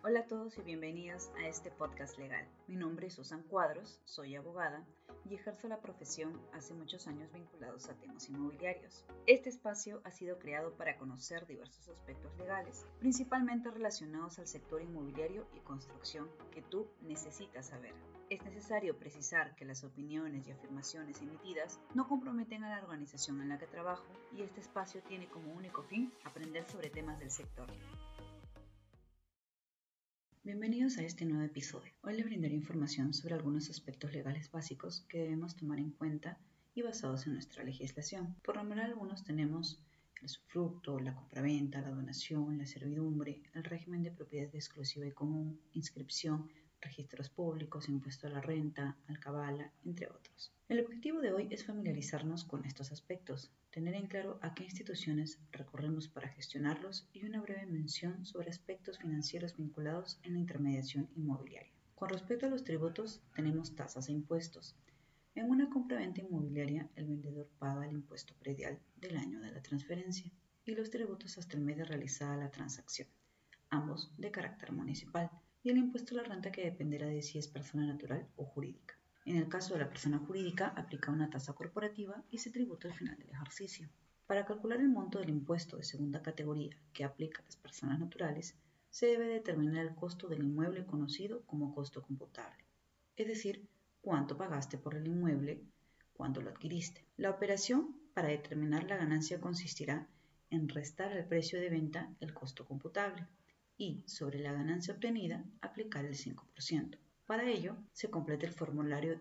Hola a todos y bienvenidos a este podcast legal. Mi nombre es Susan Cuadros, soy abogada y ejerzo la profesión hace muchos años vinculados a temas inmobiliarios. Este espacio ha sido creado para conocer diversos aspectos legales, principalmente relacionados al sector inmobiliario y construcción que tú necesitas saber. Es necesario precisar que las opiniones y afirmaciones emitidas no comprometen a la organización en la que trabajo y este espacio tiene como único fin aprender sobre temas del sector. Bienvenidos a este nuevo episodio. Hoy les brindaré información sobre algunos aspectos legales básicos que debemos tomar en cuenta y basados en nuestra legislación. Por lo general, algunos tenemos el usufructo, la compraventa, la donación, la servidumbre, el régimen de propiedad exclusiva y común, inscripción, registros públicos, impuesto a la renta, alcabala, entre otros. El objetivo de hoy es familiarizarnos con estos aspectos, tener en claro a qué instituciones recurrimos para gestionarlos y una breve mención sobre aspectos financieros vinculados en la intermediación inmobiliaria. Con respecto a los tributos, tenemos tasas e impuestos. En una compraventa inmobiliaria, el vendedor paga el impuesto predial del año de la transferencia y los tributos hasta el mes de realizada la transacción, ambos de carácter municipal, y el impuesto a la renta que dependerá de si es persona natural o jurídica. En el caso de la persona jurídica, aplica una tasa corporativa y se tributa al final del ejercicio. Para calcular el monto del impuesto de segunda categoría que aplica a las personas naturales, se debe determinar el costo del inmueble conocido como costo computable, es decir, cuánto pagaste por el inmueble cuando lo adquiriste. La operación para determinar la ganancia consistirá en restar al precio de venta el costo computable y, sobre la ganancia obtenida, aplicar el 5%. Para ello, se completa el formulario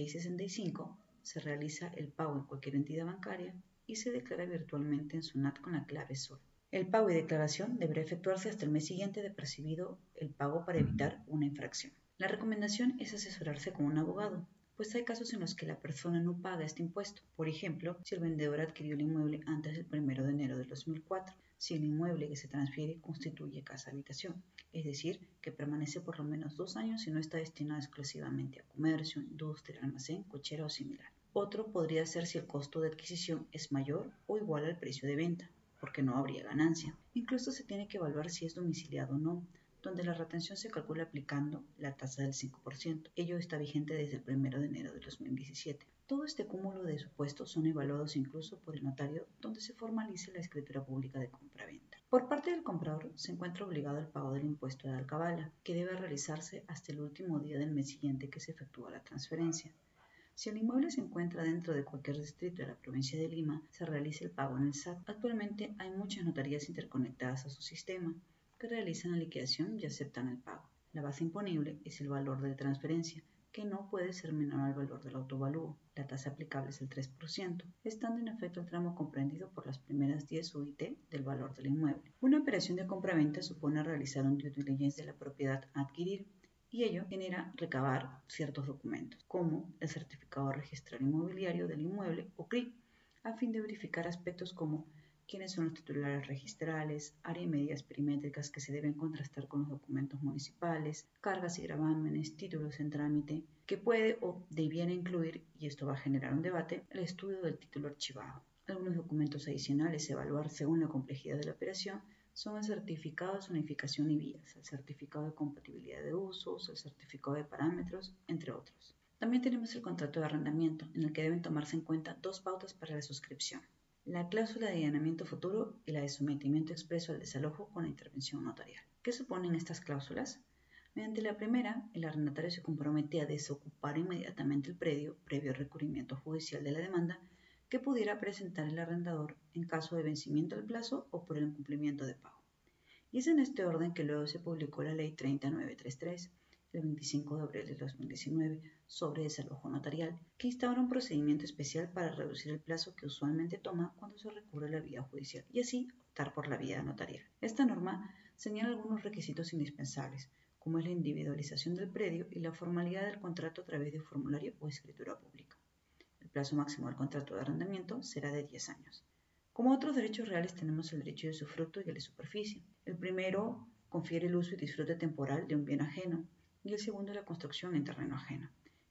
1665, se realiza el pago en cualquier entidad bancaria y se declara virtualmente en SUNAT con la clave SOL. El pago y declaración deberá efectuarse hasta el mes siguiente de percibido el pago para evitar una infracción. La recomendación es asesorarse con un abogado, pues hay casos en los que la persona no paga este impuesto. Por ejemplo, si el vendedor adquirió el inmueble antes del 1 de enero del 2004, si el inmueble que se transfiere constituye casa-habitación, es decir, que permanece por lo menos 2 años y no está destinado exclusivamente a comercio, industria, almacén, cochera o similar. Otro podría ser si el costo de adquisición es mayor o igual al precio de venta, porque no habría ganancia. Incluso se tiene que evaluar si es domiciliado o no, donde la retención se calcula aplicando la tasa del 5%. Ello está vigente desde el 1 de enero de 2017. Todo este cúmulo de supuestos son evaluados incluso por el notario, donde se formalice la escritura pública de compraventa. Por parte del comprador, se encuentra obligado al pago del impuesto de alcabala, que debe realizarse hasta el último día del mes siguiente que se efectúa la transferencia. Si el inmueble se encuentra dentro de cualquier distrito de la provincia de Lima, se realiza el pago en el SAT. Actualmente hay muchas notarías interconectadas a su sistema que realizan la liquidación y aceptan el pago. La base imponible es el valor de transferencia, que no puede ser menor al valor del autovalúo. La tasa aplicable es el 3%, estando en efecto el tramo comprendido por las primeras 10 UIT del valor del inmueble. Una operación de compraventa supone realizar un due diligence de la propiedad a adquirir, y ello genera recabar ciertos documentos, como el certificado registral inmobiliario del inmueble o CRI, a fin de verificar aspectos como quiénes son los titulares registrales, área y medidas perimétricas que se deben contrastar con los documentos municipales, cargas y gravámenes, títulos en trámite, que puede o debiera incluir, y esto va a generar un debate, el estudio del título archivado. Algunos documentos adicionales a evaluar según la complejidad de la operación son el certificado de zonificación y vías, el certificado de compatibilidad de usos, el certificado de parámetros, entre otros. También tenemos el contrato de arrendamiento, en el que deben tomarse en cuenta dos pautas para la suscripción: la cláusula de allanamiento futuro y la de sometimiento expreso al desalojo con la intervención notarial. ¿Qué suponen estas cláusulas? Mediante la primera, el arrendatario se compromete a desocupar inmediatamente el predio previo requerimiento judicial de la demanda que pudiera presentar el arrendador en caso de vencimiento del plazo o por el incumplimiento de pago. Y es en este orden que luego se publicó la Ley 30933, el 25 de abril de 2019, sobre desalojo notarial, que instaura un procedimiento especial para reducir el plazo que usualmente toma cuando se recurre a la vía judicial y así optar por la vía notarial. Esta norma señala algunos requisitos indispensables, como es la individualización del predio y la formalidad del contrato a través de formulario o escritura pública. El plazo máximo del contrato de arrendamiento será de 10 años. Como otros derechos reales tenemos el derecho de usufructo y el de superficie. El primero confiere el uso y disfrute temporal de un bien ajeno y el segundo la construcción en terreno ajeno.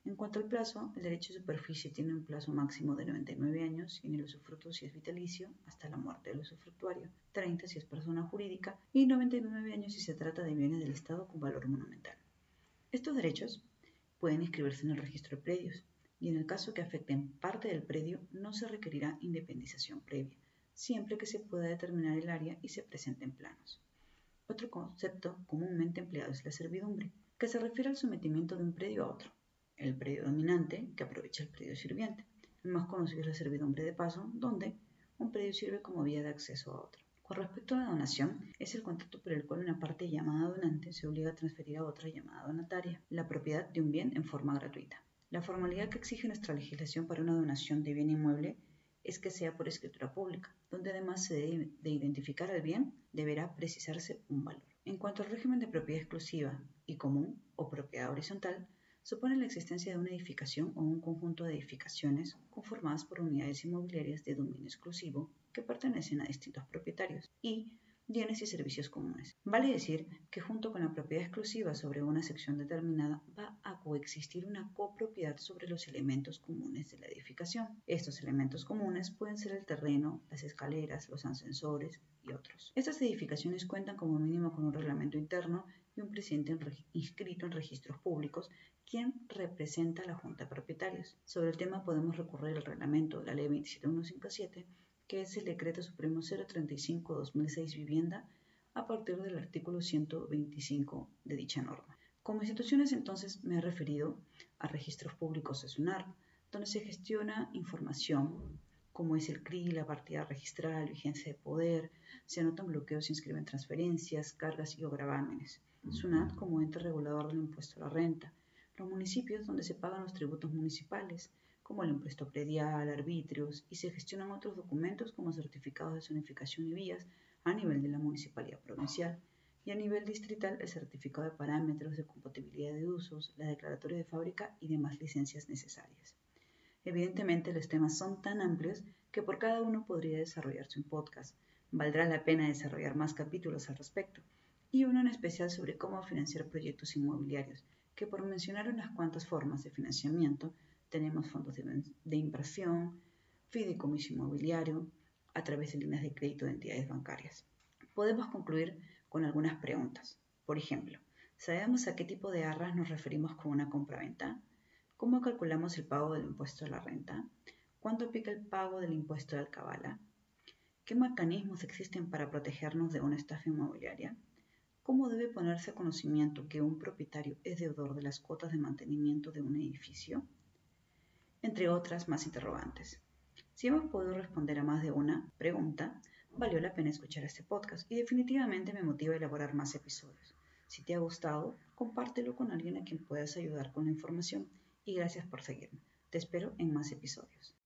En cuanto al plazo, el derecho de superficie tiene un plazo máximo de 99 años y en el usufructo si es vitalicio hasta la muerte del usufructuario, 30 si es persona jurídica y 99 años si se trata de bienes del Estado con valor monumental. Estos derechos pueden inscribirse en el registro de predios y en el caso que afecten parte del predio no se requerirá independización previa, siempre que se pueda determinar el área y se presenten planos. Otro concepto comúnmente empleado es la servidumbre, que se refiere al sometimiento de un predio a otro. El predio dominante, que aprovecha el predio sirviente. El más conocido es la servidumbre de paso, donde un predio sirve como vía de acceso a otro. Con respecto a la donación, es el contrato por el cual una parte llamada donante se obliga a transferir a otra llamada donataria la propiedad de un bien en forma gratuita. La formalidad que exige nuestra legislación para una donación de bien inmueble es que sea por escritura pública, donde además se debe de identificar al bien, deberá precisarse un valor. En cuanto al régimen de propiedad exclusiva y común o propiedad horizontal, supone la existencia de una edificación o un conjunto de edificaciones conformadas por unidades inmobiliarias de dominio exclusivo que pertenecen a distintos propietarios y bienes y servicios comunes. Vale decir que junto con la propiedad exclusiva sobre una sección determinada va a coexistir una copropiedad sobre los elementos comunes de la edificación. Estos elementos comunes pueden ser el terreno, las escaleras, los ascensores y otros. Estas edificaciones cuentan como mínimo con un reglamento interno y un presidente inscrito en registros públicos, quien representa a la Junta de Propietarios. Sobre el tema podemos recurrir al reglamento de la Ley 27157, que es el Decreto Supremo 035/2006 Vivienda, a partir del artículo 125 de dicha norma. Como instituciones entonces me he referido a registros públicos de SUNAR, donde se gestiona información como es el CRI, la partida registral, vigencia de poder, se anotan bloqueos, se inscriben transferencias, cargas y o gravámenes. SUNAT como ente regulador del impuesto a la renta, los municipios donde se pagan los tributos municipales, como el impuesto predial, arbitrios, y se gestionan otros documentos como certificados de zonificación y vías a nivel de la municipalidad provincial, y a nivel distrital el certificado de parámetros de compatibilidad de usos, la declaratoria de fábrica y demás licencias necesarias. Evidentemente los temas son tan amplios que por cada uno podría desarrollarse un podcast. Valdrá la pena desarrollar más capítulos al respecto, y uno en especial sobre cómo financiar proyectos inmobiliarios, que por mencionar unas cuantas formas de financiamiento, tenemos fondos de inversión, fideicomiso inmobiliario, a través de líneas de crédito de entidades bancarias. Podemos concluir con algunas preguntas. Por ejemplo, ¿sabemos a qué tipo de arras nos referimos con una compraventa? ¿Cómo calculamos el pago del impuesto a la renta? ¿Cuánto aplica el pago del impuesto de alcabala? ¿Qué mecanismos existen para protegernos de una estafa inmobiliaria? ¿Cómo debe ponerse a conocimiento que un propietario es deudor de las cuotas de mantenimiento de un edificio? Entre otras más interrogantes. Si hemos podido responder a más de una pregunta, valió la pena escuchar este podcast y definitivamente me motiva a elaborar más episodios. Si te ha gustado, compártelo con alguien a quien puedas ayudar con la información y gracias por seguirme. Te espero en más episodios.